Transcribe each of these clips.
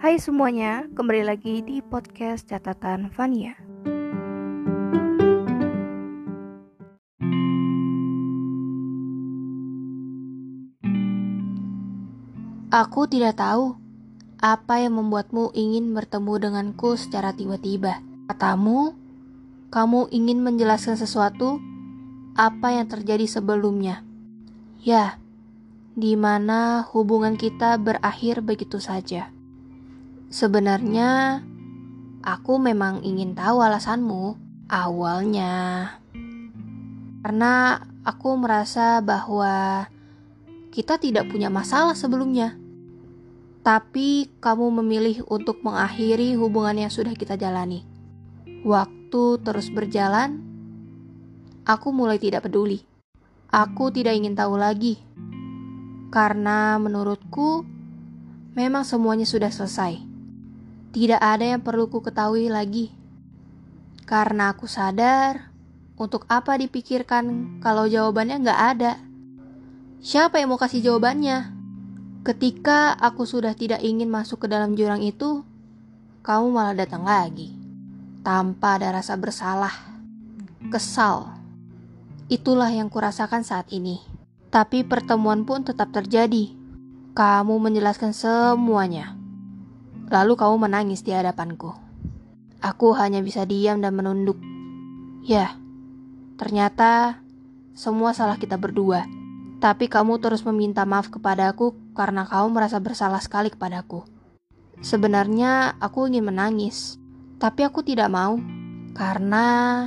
Hai semuanya, kembali lagi di podcast Catatan Vania. Aku tidak tahu apa yang membuatmu ingin bertemu denganku secara tiba-tiba. Katamu, kamu ingin menjelaskan sesuatu apa yang terjadi sebelumnya. Ya, di mana hubungan kita berakhir begitu saja. Sebenarnya, aku memang ingin tahu alasanmu awalnya. Karena aku merasa bahwa kita tidak punya masalah sebelumnya. Tapi kamu memilih untuk mengakhiri hubungan yang sudah kita jalani. Waktu terus berjalan, aku mulai tidak peduli. Aku tidak ingin tahu lagi. Karena menurutku, memang semuanya sudah selesai. Tidak ada yang perlu ku ketahui lagi. Karena aku sadar, untuk apa dipikirkan kalau jawabannya nggak ada? Siapa yang mau kasih jawabannya? Ketika aku sudah tidak ingin masuk ke dalam jurang itu, kamu malah datang lagi. Tanpa ada rasa bersalah, kesal. Itulah yang kurasakan saat ini. Tapi pertemuan pun tetap terjadi. Kamu menjelaskan semuanya. Lalu kamu menangis di hadapanku. Aku hanya bisa diam dan menunduk. Ya, ternyata semua salah kita berdua. Tapi kamu terus meminta maaf kepadaku karena kamu merasa bersalah sekali kepadaku. Sebenarnya aku ingin menangis, tapi aku tidak mau. Karena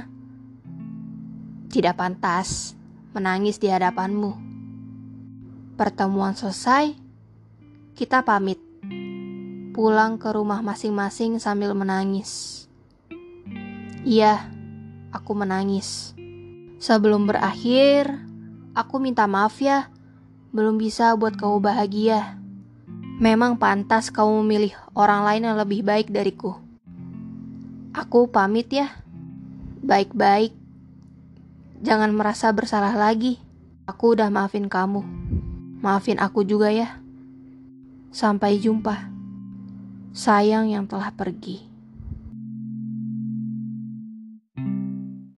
tidak pantas menangis di hadapanmu. Pertemuan selesai, kita pamit. Pulang ke rumah masing-masing sambil menangis. Iya, aku menangis. Sebelum berakhir, aku minta maaf ya, belum bisa buat kamu bahagia. Memang pantas kamu memilih orang lain yang lebih baik dariku. Aku pamit ya. Baik-baik. Jangan merasa bersalah lagi. Aku udah maafin kamu. Maafin aku juga ya. Sampai jumpa. Sayang yang telah pergi.